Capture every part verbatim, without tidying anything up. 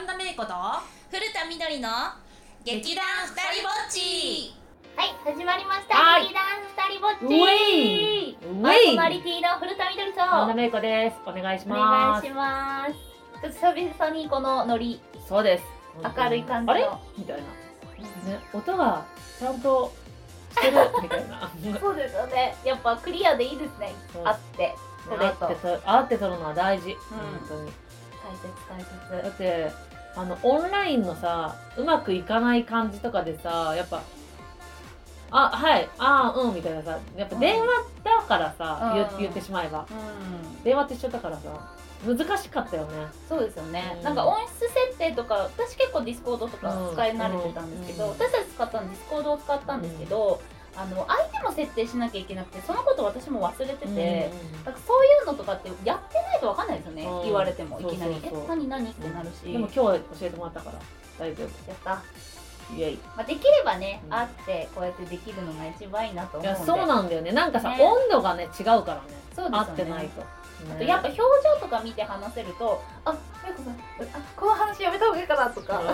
神田芽衣子と古田みどりの劇団ふたりぼっち。 はい、始まりました。 はい劇団ふたりぼっち。 ウェイウパーェイソナリティの古田みどりと神田芽衣子です。お願いしお願ます。 いします。ちょっと久々にこのノリ、 そうです。 明るい感じのあれみたいな、ね、音がちゃんとしてるみたいなそうですよね。やっぱクリアでいいですね。 そうあってこれとあってとあって撮るのは大事、本当に。 大切大だ切。 ってあのオンラインのさ、うまくいかない感じとかでさ、やっぱあはいあーうんみたいなさ、やっぱ電話だからさ、 うん言言ってしまえばうん、 電話って一緒だからさ難しかったよね。 そうですよね、 うんなんか音質設定とか、私結構ディスコードとか使い慣れてたんですけど、 うん私たち使ったのディスコードを使ったんですけど、あの相手も設定しなきゃいけなくて、そのこと私も忘れてて、なんかそういうのとかってやってないと分かんないですよね、 うん言われてもいきなりそうそうそうえ何何ってなるし、 でも今日は教えてもらったから大丈夫。 やった、 イエイ。 まあ、できればね、 うん会ってこうやってできるのが一番いいなと思うんで。 いやそうなんだよね。なんかさ、 ね温度がね違うからね。 そうですよね、 合ってないと、 あとやっぱ表情とか見て話せると、あ、めいこさん、あ、この話やめた方がいいかなとか、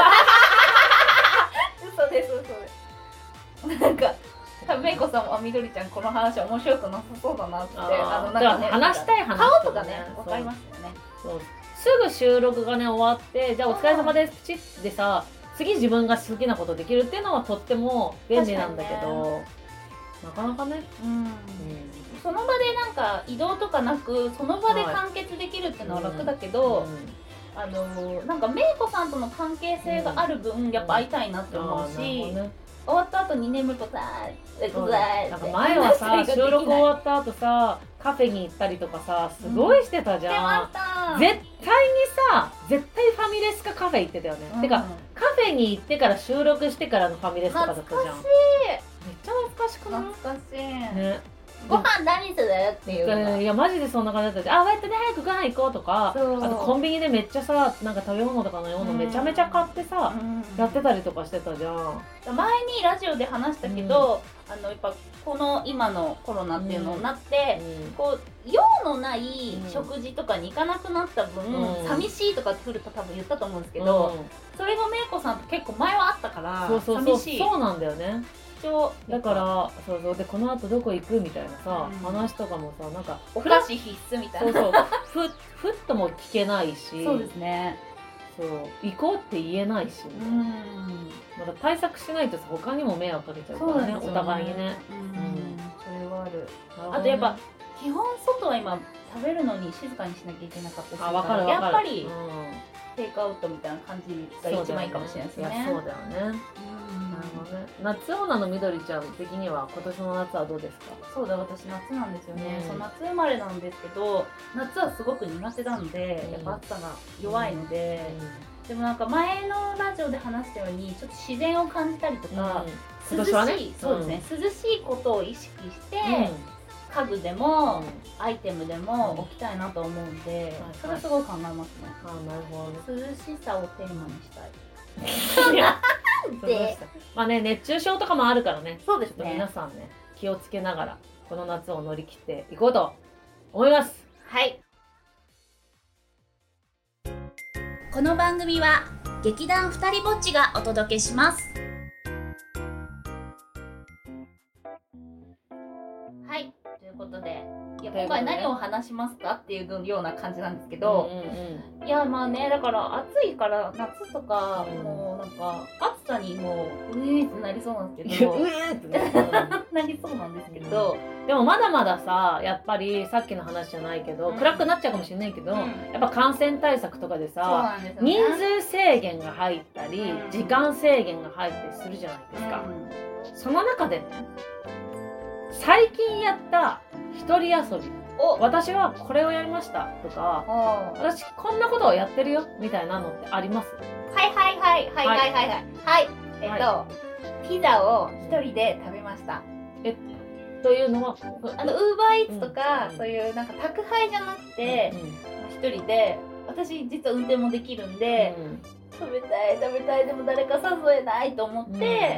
嘘です嘘です。なんか多分めいこさんもあ、みどりちゃんこの話面白くなさそうだなって、あのなんかね、 話したい話顔とかね、わかりますよね。 そうすぐ収録がね終わってじゃあお疲れ様ですプチッでさ、次自分が好きなことできるっていうのはとっても便利なんだけど、なかなかね、 うん、 うんその場でなんか移動とかなくその場で完結できるっていうのは楽だけど、あのなんかめいこさんとの関係性がある分、やっぱ会いたいなって思うし、 ね、 終わった後に眠るとさーそううざーってなんか前はさ話ができない収録終わった後さカフェに行ったりとかさすごいしてたじ出ゃん、 ました絶対にさ絶対ファミレスかカフェ行ってたよね、 うんてかカフェに行ってから収録してからのファミレスとかだったじゃん。 懐かしいめっちゃ懐かしくない？ 懐かしい、 ね、 ご飯何するっていうのがいやマジでそんな感じだったじゃん。あ、待ってね、早くご飯行こうとか、 そうあとコンビニでめっちゃさ、なんか食べ物とか飲み物めちゃめちゃ買ってさ、 うんやってたりとかしてたじゃん。 前にラジオで話したけど、あのやっぱこの今のコロナっていうのになって、こう用のない食事とかに行かなくなった分、 うん寂しいとかって古田多分言ったと思うんですけど、 うんそれがめいこさんと結構前はあったからそうそうそう、 寂しい。 そうなんだよね。 一応だからそうそうでこの後どこ行くみたいなさ、 うん話とかもさなんかお菓子必須みたいな。 そうそうふふっとも聞けないし、 そうですね。 そう行こうって言えないし、 うん。 まだ対策しないとさ他にも迷惑かけちゃうからね、お互いにね。 うん。それはある。 なるほどねあとやっぱ基本外は今食べるのに静かにしなきゃいけなかったりするあ、 から、 わかるわかる。 やっぱりうんテイクアウトみたいな感じが一番いいかもしれないですよね。 そうだよね。なるほどね。夏女のみどりちゃん的には今年の夏はどうですか？ そうだ、私夏なんですよね、 うんそう夏生まれなんですけど、夏はすごく苦手なんで、 うんやっぱ暑さが弱いので、でもなんか前のラジオで話したようにちょっと自然を感じたりとか、 今涼しい、 年はねそうですね、涼しいことを意識して、家具でも、アイテムでも置きたいなと思うんで、 うんそれすごい考えますね、 あ、なるほどね。 涼しさをテーマにしたい。 いやでまあね、熱中症とかもあるからね、ちょっとそうですね、 皆さんね気をつけながらこの夏を乗り切っていこうと思います。 はい。 この番組は劇団ふたりぼっちがお届けします。 はい、ということで、いやということで今回何を話しますかっていうような感じなんですけど、 うんうんうん、 いやまあね、だから暑いから夏とか、 うんもうなんか暑さにもううえーってなりそうなんですいやうけどえーってねなりそうなんですけど、 でもまだまださ、やっぱりさっきの話じゃないけど、 うん暗くなっちゃうかもしれないけど、 うんやっぱ感染対策とかでそうさ、 なんですよね。 人数制限が入ったり、 うん時間制限が入ったりするじゃないですか、その中でね、最近やった一人遊び、 お、 私はこれをやりましたとか、 は私こんなことをやってるよみたいなのってあります？ いはいはいはいはいはいはいはい。えっと、ピザを一人で食べました。 というのは、 あのウーバーイーツとか、 うんそういうなんか宅配じゃなくて、一人で、私実は運転もできるんで、食べたい食べたいでも誰か誘えないと思って、え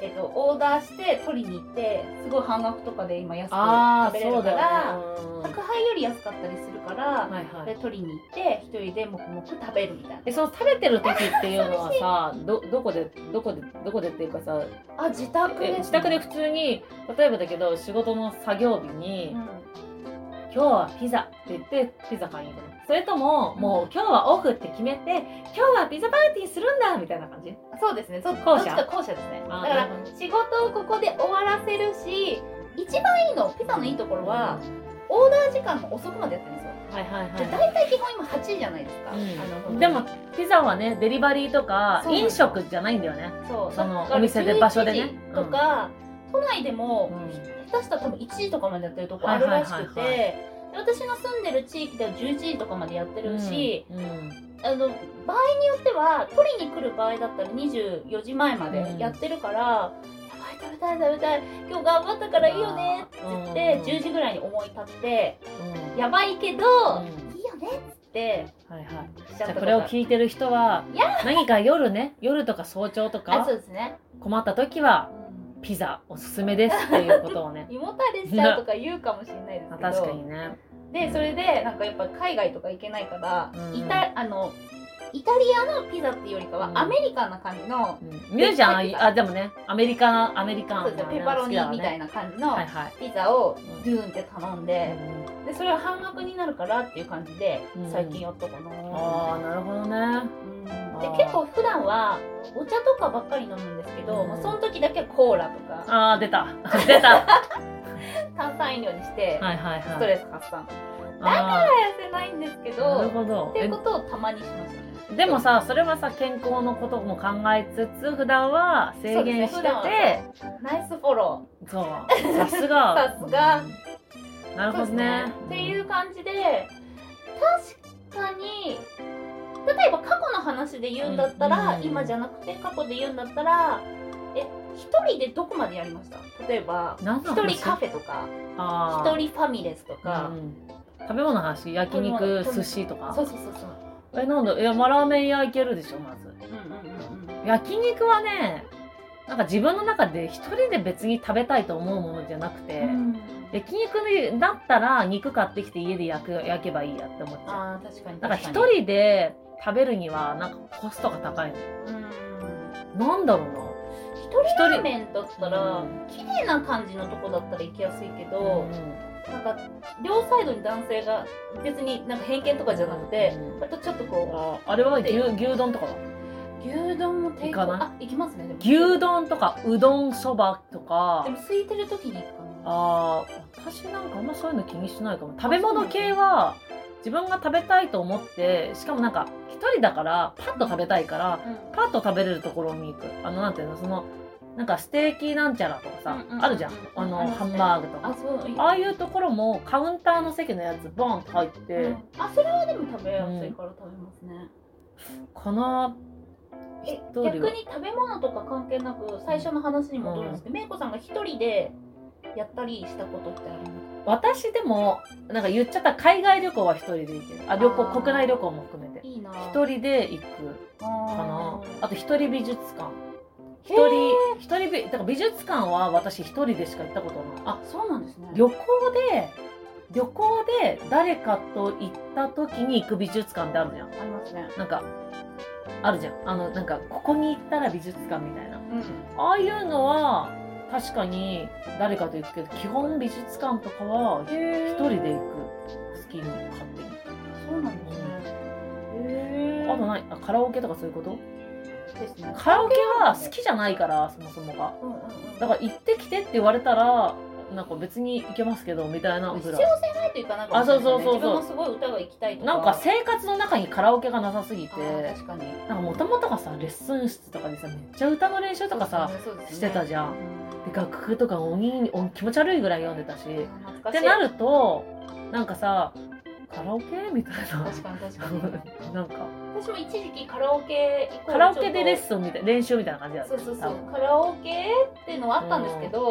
えっと、オーダーして取りに行ってすごい半額とかで今安くあ食べれるーそうだから、 よね、うん宅配より安かったりするから、 はいはいで取りに行って一人で黙々食べるみたいな。 えその食べてる時っていうのはさどどこでどこでどこでっていうかさあ、自宅です、ね、 え自宅で普通に例えばだけど仕事の作業日に、 うん、 今日はピザって言ってピザ買いに行くの、それとももう今日はオフって決めて今日はピザパーティーするんだみたいな感じ？ そうですね、そ後者どっちか後者ですね。だあからなるほど仕事をここで終わらせるし、一番いいのピザのいいところはオーダー時間も遅くまでやってるんですよ。 はいはいはい、 じゃあ大体基本今はちじじゃないですか、 うんあのでもピザはねデリバリーとかそうなんです飲食じゃないんだよね。 そうそのだからお店で場所でねじゅういちじとか、都内でもうん下手したら多分いちじとかまでやってるとこあるらしくて、 はいはいはいはで私の住んでる地域ではじゅういちじとかまでやってるし、 うんうんあの場合によっては取りに来る場合だったらにじゅうよじまえまでやってるから、やばい食べたい食べたい今日頑張ったからいいよねって言って、 うんじゅうじぐらいに思い立って、 うんやばいけど、 うんいいよねっつってはいはい。 しちゃったじゃあこれを聞いてる人はいや何か夜ね夜とか早朝とあかそうですね、 困った時はうんピザおすすめですっていうことをね胃もたれしちゃうとか言うかもしれないですけど、 確かにね。 でそれでなんかやっぱ海外とか行けないから、 うんイタあのイタリアのピザっていうよりかは、 うんアメリカンな感じの、 うん見るじゃんあでもねアメリカアメリカンそうですねペパロニみたいなな感じのはいはい。 ピザをうんドゥーンって頼んで、でそれは半額になるからっていう感じでうん最近やったかな、 ああなるほどね。 うんであー結構普段はお茶とかばっかり飲むんですけど、 うんまあ、その時だけはコーラとかああ出た出た。は炭酸飲料にしていはいはい。 ストレス発散、だあから痩せないんですけーどなるほどっていうことをたまにしましたね。 えでもさそれはさ健康のことも考えつつ普段は制限しててそうですねナイスフォロそうさすがさすがうんなるーほどね。 っていう感じで確かに例えば過去の話で言うんだったら、 うん今じゃなくて過去で言うんだったらえ一人でどこまでやりました？例えば一何の話人カフェとかあー一人ファミレスとか、 うん食べ物の話焼肉食べ物寿司とかそうそうそうそうえなんだいやまあラーメン屋行けるでしょまず。 うんうんうんうん焼肉はねなんか自分の中で一人で別に食べたいと思うものじゃなくて、 うん焼肉だったら肉買ってきて家で焼く焼けばいいやって思っちゃう。 あー確かになんか確かに一人で食べるにはなんかコストが高いの。 うんなんだろうな。 一人ラーメンだったらうん綺麗な感じのとこだったら行きやすいけど、 うんなんか両サイドに男性が別になんか偏見とかじゃなくて、 うんあとちょっとこああれは牛牛丼とかだ。 う牛丼も提行かない供あ行きますねでも牛丼とかうどんそばとかでも空いてる時に行くかな。 あー私なんかあんまそういうの気にしないかも。食べ物系は自分が食べたいと思ってしかもなんか一人だからパッと食べたいからうんパッと食べれるところに行く。あのなんていうのそのなんかステーキなんちゃらとかさ、 うんうんうんあるじゃんあのありますねハンバーグとかあそうああいうところもカウンターの席のやつボンって入って、 うんあそれはでも食べやすいから食べますね。 かなえ一人は逆に食べ物とか関係なく最初の話に戻るんですけど、めいこさんが一人でやったりしたことってあります私でもなんか言っちゃった海外旅行は一人で行ける。あ旅行あー国内旅行も含めていいな一人で行くかかな。ああと一人美術館一へー人一人美だから美術館は私一人でしか行ったことない。あそうなんですね。 旅行で旅行で誰かと行った時に行く美術館ってあるじゃん。 ありますね。 なんかあるじゃんあのなんかここに行ったら美術館みたいなうんああいうのは確かに誰かと行くけど基本美術館とかはへ一人で行く好きに勝手に。 そうなんですね。へあと何あカラオケとかそういうことですね。 カラオケは好きじゃないからそもそもがうんうんうん。 だから行ってきてって言われたらなんか別に行けますけどみたいなぐらい必要性ないというかなんかもしれないですね、 あそうそうそうそう自分もすごい歌が行きたいとか。 なんか生活の中にカラオケがなさすぎてあー確かに。 なんかもともとがさレッスン室とかでさめっちゃ歌の練習とかさ、 そうですねしてたじゃんうで楽譜とか鬼にお気持ち悪いぐらい読んでたしん懐かしい。 ってなるとなんかさカラオケみたいな確かに確かに。 なんか私も一時期カラオケ行こうカラオケでレッンスンみたい練習みたいな感じだったそうそうそう多分カラオケっていうのはあったんですけど、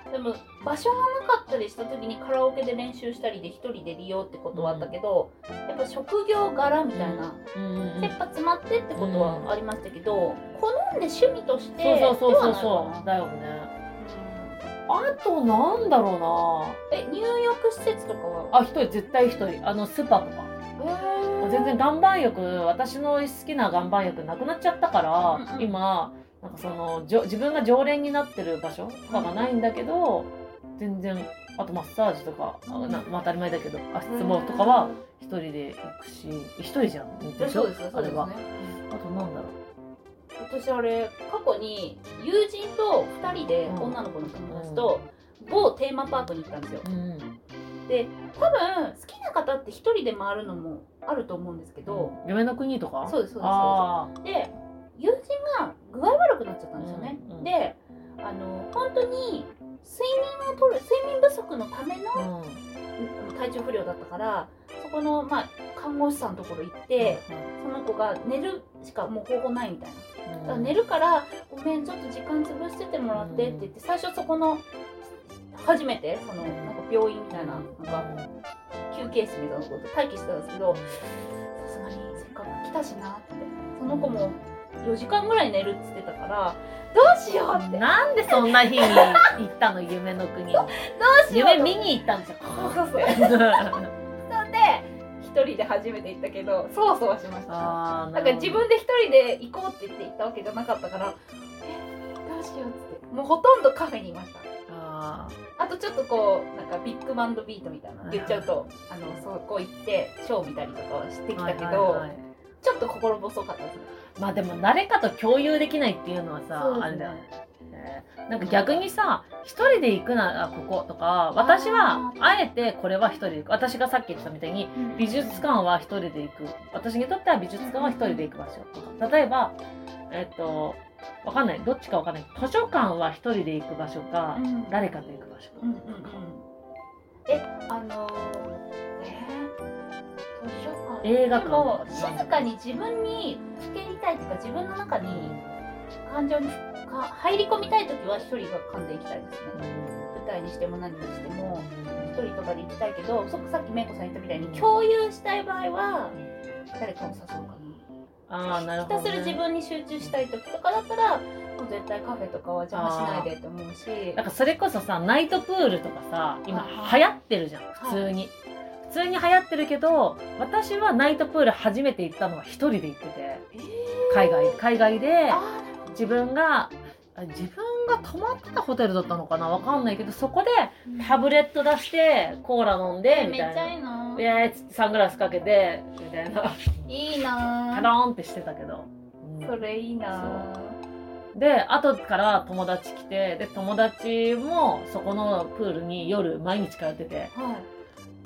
でも場所がなかったりした時にカラオケで練習したりで一人で利用ってことはあったけど、うん、やっぱ職業柄みたいな、うん、切羽詰まってってことはありましたけど、うん、好んで趣味としてではないかな。 そうそうそうそうだよね。あとなんだろうな。 え、入浴施設とかは？ あ、一人絶対一人。あのスーパーとか。全然岩盤浴、私の好きな岩盤浴なくなっちゃったから、うんうん、今なんかそのじょ自分が常連になってる場所とかがないんだけど、うん、全然あとマッサージとか、うん、なまあ、当たり前だけど足つぼとかは一人で行くし、一人じゃん。でしょ？ そうですよ、そうですね。 あとなんだろう。 私あれ過去に友人とふたりで、うん、女の子の友達と、うん、某テーマパークに行ったんですよ、うん、で多分好きな方って一人で回るのもあると思うんですけど、 うん、夢の国とか？ そうですそうですで友人が具合悪くなっちゃったんですよね、うんうん、であの本当に睡眠をとる睡眠不足のための、うん、体調不良だったからそこの、まあ、看護師さんのところ行って、うん、その子が寝るしかもう方法ないみたいな、だから寝るからごめんちょっと時間潰しててもらってって言って最初そこの初めてそのなんか病院みたいななんか休憩室みたいなところで待機してたんですけど、さすがにせっかく来たしなってその子もよじかんぐらい寝るって言ってたからどうしようって。 なんでそんな日に行ったの夢の国に。どうしよう夢見に行ったんですよ。 そうそうそうなんで一人で初めて行ったけどそわそわしました。あなんか自分で一人で行こうって言って行ったわけじゃなかったからえどうしようってもうほとんどカフェにいました。ああとちょっとこうなんかビッグバンドビートみたいな言っちゃうとあのそこ行ってショー見たりとかはしてきたけど、はいはいはい、ちょっと心細かったですね。 まあでも誰かと共有できないっていうのはさ、ね、あれだよね。なんか逆にさ一人で行くならこことか私はあえてこれは一人で行く。私がさっき言ってたみたいに美術館は一人で行く。私にとっては美術館は一人で行く場所とか。例えばえっとわかんないどっちかわかんない図書館は一人で行く場所か、うん、誰かと行く場所か、うんうんうん、 えあのー、えー、図書館映画館でも静かに自分につけりたいっていうか自分の中に感情にか入り込みたいときは一人が完全に行きたいですね、うん、舞台にしても何にしても一人とかで行きたいけどそさっきめいこさん言ったみたいに共有したい場合は誰かを誘うかな。 あなるほどね、 ひたすら自分に集中したい時とかだったらもう絶対カフェとかは邪魔しないでと思うし、 なんかそれこそさナイトプールとかさ今流行ってるじゃん普通に、はい、普通に流行ってるけど私はナイトプール初めて行ったのは一人で行ってて、えー、海外海外で自分が自分が泊まってたホテルだったのかなわかんないけどそこでタブレット出してコーラ飲んでみたいな、 めっちゃいいなイエーイっつってサングラスかけてみたいないいなカローンってしてたけど、 うん、それいいなで後から友達来てで友達もそこのプールに夜毎日通ってて、はい、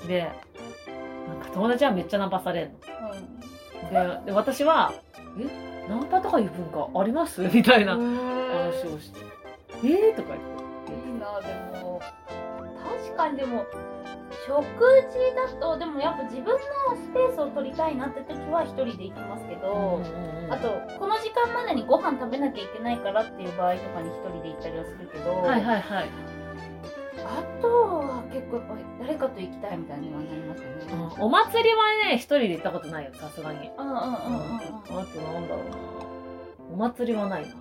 でなんか友達はめっちゃナンパされるの、うん、で, で私はえナンパとかいう文化ありますみたいな話をしてえーとか言っていいなでも確かにでも食事だとでもやっぱ自分のスペースを取りたいなって時は一人で行きますけど、うんうん、あとこの時間までにご飯食べなきゃいけないからっていう場合とかに一人で行ったりはするけど、 はいはいはい、 あとは結構やっぱり誰かと行きたいみたいにはなりますよね、 うん、お祭りはね一人で行ったことないよさすがに。 うんうんうんうん、うん、あとなんだろうなお祭りはないな、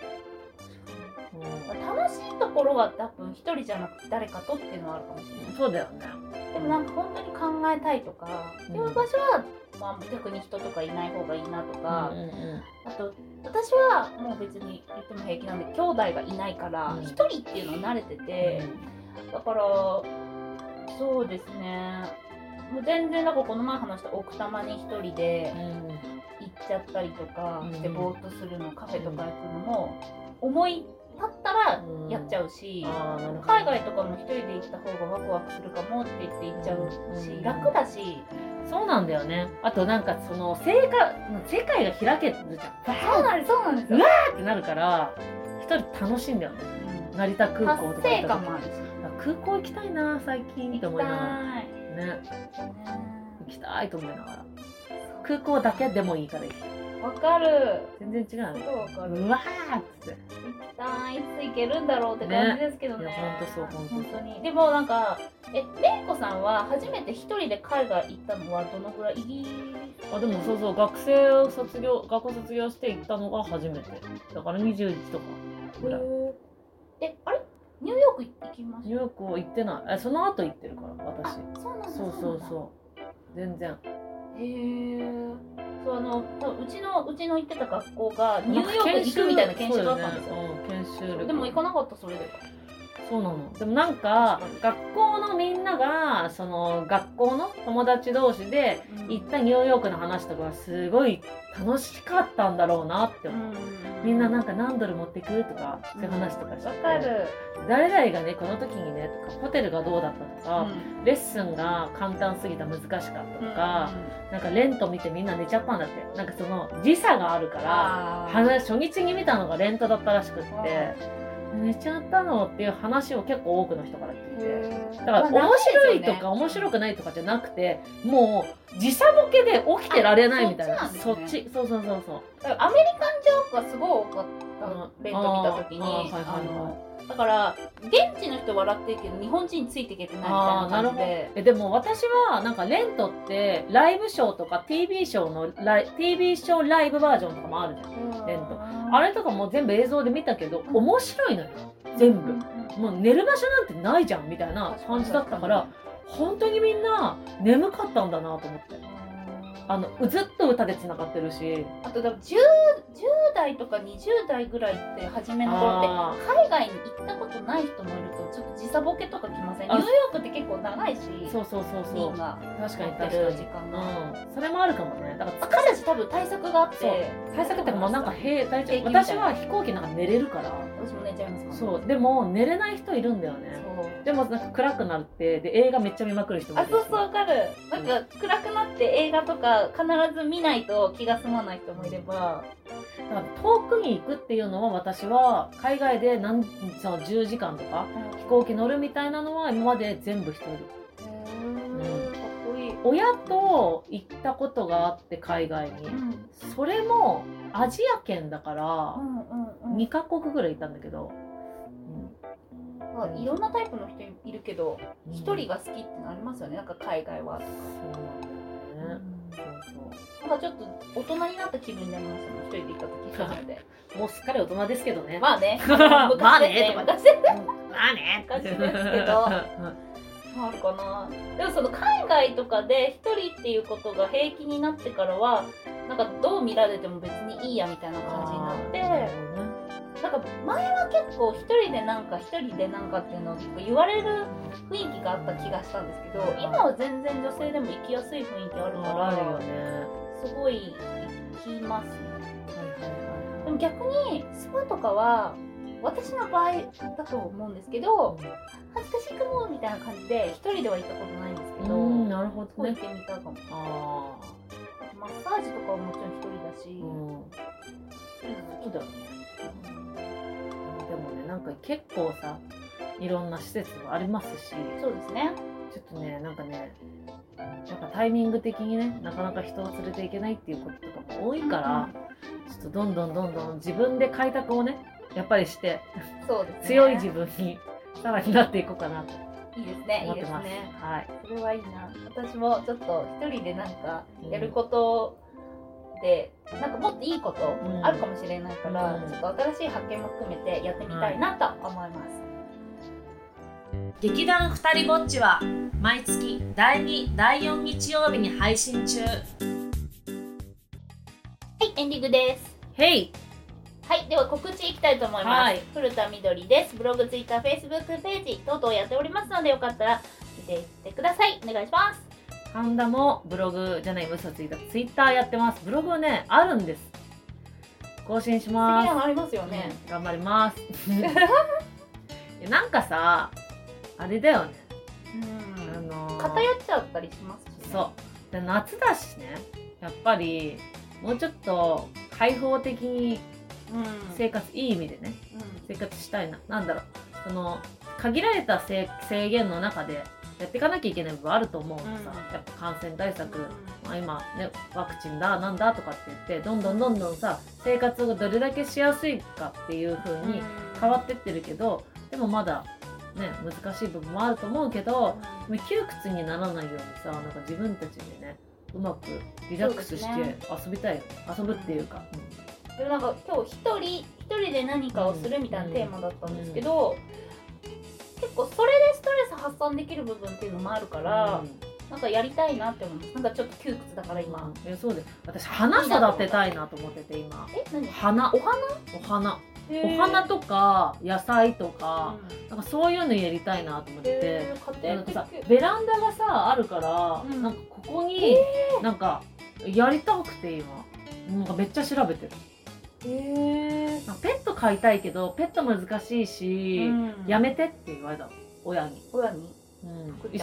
うん、楽しいところは多分一人じゃなくて誰かとっていうのはあるかもしれない。 そうだよね。 でもなんか本当に考えたいとか、うん、っていう場所は、まあ、逆に人とかいない方がいいなとか、うんうんうん、あと私はもう別に言っても平気なんで兄弟がいないから一、うん、人っていうの慣れてて、うん、だからそうですねもう全然なんかこの前話した奥多摩に一人で行っちゃったりとかしてぼーっとするの、カフェとか行くのも思い立ったらやっちゃうし、うん、海外とかも一人で行った方がワクワクするかもって言って行っちゃうし、うん、楽だし。 そうなんだよね。あとなんかその世界、世界が開けるじゃん。 そうなんです、そうなんですよ。 うわーってなるから一人楽しいんだよね、うん、成田空港とか達成感もあるし空港行きたいな最近って思いながらね、 ね、 行きたいと思いながら空港だけでもいいから行きたい。 わかる。 全然違うね。 わかる。 うわーっつって。 一旦いつ行けるんだろうって感じですけどね。 ねいやほんとそうほんとそう本当に。でもなんかえれいこさんは初めて一人で海外行ったのはどのぐらい？イギリス？ あでもそうそう学生を卒業学校卒業して行ったのが初めて。だからにじゅういちとかぐらい。 えあれ？ニューヨーク行きました？ ニューヨーク行ってない。えその後行ってるから私。 そうなんだ。 そうそうそう。全然。 へえ。そうあのうちのうちの行ってた学校がニューヨーク行くみたいな研修だったんですよ。 研修旅。 でも行かなかったそれで。 そうなの。でもなんか学校のみんながその学校の友達同士で行ったニューヨークの話とかがすごい楽しかったんだろうなって思う。みんななんか何ドル持ってくとかそういう話とかして。わかる。誰々がねこの時にねとかホテルがどうだったとか、レッスンが簡単すぎた難しかったとか、なんかレント見てみんな寝ちゃったんだって。なんかその時差があるから初日に見たのがレントだったらしくって。寝ちゃったのっていう話を結構多くの人から聞いて、だから面白いとか面白くないとかじゃなくて、もう時差ボケで起きてられないみたいな。そっち、そうそうそうそう。 アメリカンジョークがすごい多かったレント見た時に。だから現地の人笑ってるけど日本人についていけてないみたいな感じで。 えでも私はなんかレントってライブショーとか ティービー ショーのライ ティービー ショーライブバージョンとかもあるじゃん、レント。あれとかも全部映像で見たけど面白いのよ全部。もう寝る場所なんてないじゃんみたいな感じだったから、本当にみんな眠かったんだなと思って。あのずっと歌でつながってるし、 あとだから 10, 10代とかにじゅう代ぐらいって初めの頃って海外に行ったことない人もいるとちょっと時差ボケとかきません？ニューヨークって結構長いし、 そうそうそうそう、 みんな確かに確かに時間が、 うん、それもあるかもね。だから彼たち多分対策があって対策ってもうなんかへ大丈夫。私は飛行機なんか寝れるから。 私も寝ちゃいますから。 そうでも寝れない人いるんだよね。でもなんか暗くなってで映画めっちゃ見まくる人もいるし。 あ、そうそうわかる。なんか暗くなって映画とか必ず見ないと気が済まない人もいれば、 だから遠くに行くっていうのは私は海外で何そのじゅうじかんとか飛行機乗るみたいなのは今まで全部一人。 へー、かっこいい。 親と行ったことがあって海外に、うん、それもアジア圏だから、うんうんうん、にカ国ぐらい行ったんだけど、 うん、いろんなタイプの人いるけど一、うん、人が好きってのありますよね。なんか海外はとか。そうなんだよね。うん、そうそう。なんかちょっと大人になった気分になりますよね。一人で行った時初めて。 もうすっかり大人ですけどね。 まあね。 まあね。 昔まあね。 昔ですけど。あるかな。でもその海外とかで一人っていうことが平気になってからはなんかどう見られても別にいいやみたいな感じになって、なんか前は結構一人でなんか一人でなんかっていうのを結構言われる雰囲気があった気がしたんですけど、今は全然女性でも生きやすい雰囲気あるからあるよね。 すごい生きますね。でも逆にスパとかは私の場合だと思うんですけど、恥ずかしいかもみたいな感じで一人では行ったことないんですけど、 うんなるほどね。 行ってみたかも。ああ。マッサージとかはもちろん一人だし。うん。 そうだよね。でもねなんか結構さいろんな施設がありますし。 そうですね。 ちょっとねなんかねなんかタイミング的にねなかなか人を連れていけないっていうこととかも多いから、うん、ちょっとどんどんどんどん自分で開拓をねやっぱりして、 そうですね、 強い自分にさらになっていこうかなといいですね、いいですね。はい。それはいいな。私もちょっと一人でなんかやることで、うん、なんかもっといいことあるかもしれないから、うん、ちょっと新しい発見も含めてやってみたいなと思います。 うん、劇団ふたりぼっちは毎月だいに、だいよん日曜日に配信中。はい、 エンディングです。 へい。 はい、では告知いきたいと思います。はい、古田みどりです。ブログ、ツイッター、フェイスブックページ等々やっておりますので、よかったら見ていってください。お願いします。 神田もブログじゃない、嘘ついたツイッターやってます。ブログねあるんです。更新します。 次はありますよね。 うん、頑張ります。なんかさ、あれだよね。 うん。あのー、偏っちゃったりしますし、ね。 そう。で夏だしね。やっぱりもうちょっと開放的に。生活、いい意味でね、うん、生活したいな。なんだろう、その限られた制限の中でやっていかなきゃいけない部分あると思うのさ、うん、やっぱ感染対策まあ、今ねワクチンだなんだとかって言ってどんどんどんどんさ生活がどれだけしやすいかっていう風に変わってってるけど、でもまだね難しい部分もあると思うけど、うん、窮屈にならないようにさなんか自分たちでねうまくリラックスして遊びたいよね、遊ぶっていうか、 うん、でもなんか今日一人一人で何かをするみたいなテーマだったんですけど、うんうん、結構それでストレス発散できる部分っていうのもあるから、うん、なんかやりたいなって思います。なんかちょっと窮屈だから今、 うん、えそうで私花育てたいなと思ってて今。 え何？ 花。 お花？ お花お花とか野菜とか、うん、なんかそういうのやりたいなと思ってて、なんかさベランダがさあるから、うん、なんかここになんかやりたくて今なんかめっちゃ調べてる。 へー、 ペット飼いたいけどペット難しいし、うん、やめてって言われたの親に。 親に、 うん、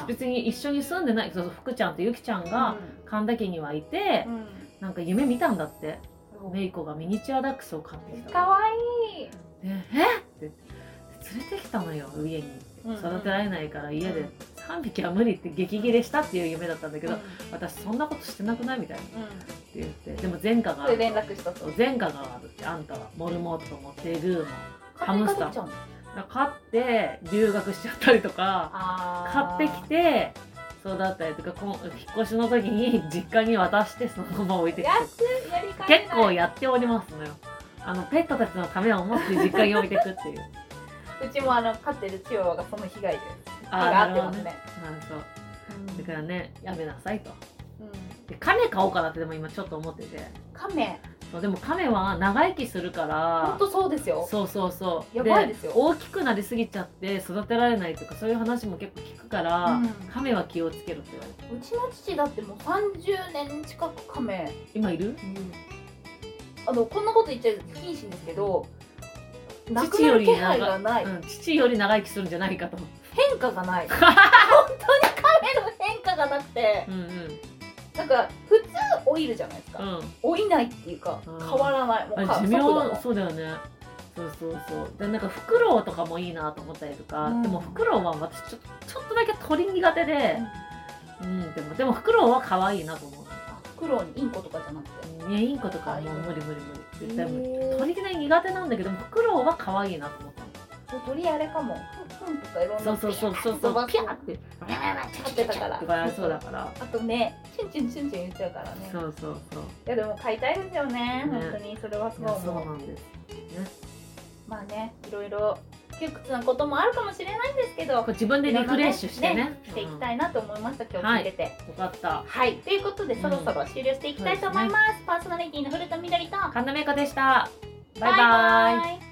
別に一緒に住んでないけど福ちゃんとゆきちゃんが神田家にはいて、うん、なんか夢見たんだって。メイコがミニチュアダックスを飼ってきた。 かわいい。 でえって連れてきたのよ家に。育てられないから家でさんびきは無理って激切れしたっていう夢だったんだけど、うん、私そんなことしてなくないみたいな、うん、って言ってでも前科がある。 連絡したと。 前科があるってあんたはモルモットもテルーもハムスターも飼って留学しちゃったりとか買ってきてそうだったりとかこ引っ越しの時に実家に渡してそのまま置いてきて結構やっておりますのよ。あのペットたちのためを思って実家に置いてくっていう。 うちもあの飼ってるチワワがその被害で被害あってますね。 あそう、うん、だからねやめなさいと、うん、で亀飼おうかなってでも今ちょっと思ってて。 亀そうでも亀は長生きするから本当そうですよ。 そうそうそうやばいですよ。 大きくなりすぎちゃって育てられないとかそういう話も結構聞くから、うん、亀は気をつけろって言われて。 うちの父だってもうさんじゅうねん近く亀今いる、 うん、あのこんなこと言っちゃ不謹慎ですけど父より長、うん、父より長生きするんじゃないかと。 変化がない本当に亀の変化がなくて、うんうん、なんか普通老いるじゃないですか、うん、老いないっていうか、うん、変わらない。もう寿命そうだよね。そうそうそうでなんかフクロウとかもいいなと思ったりとか、うん、でもフクロウは私ちょちょっとだけ鳥苦手で、うん、うん、でもでもフクロウは可愛いなと思う。 フクロウにインコとかじゃなくて、 いやインコとかはもう無理無理無理絶対無理。鳥嫌い苦手なんだけどフクロウは可愛いなと思ったの。 鳥あれかもフンとかいろんなそうそうそうそうそうピャーって飼ってたからとかそうだからあとねチュンチュンチュンチュン言っちゃうからね。 そうそうそう。 いやでも飼いたいですよね本当にそれはすごい。 そうなんですね。 まあねいろいろ窮屈なこともあるかもしれないんですけど自分でリフレッシュしてね、ねしていきたいなと思いました、うん、今日聞いてて、はい、 よかった。 はいということで、うん、そろそろ終了していきたいと思います、ね、パーソナリティの古田みどりと神田芽衣子でした。バイバイ。バイバイ。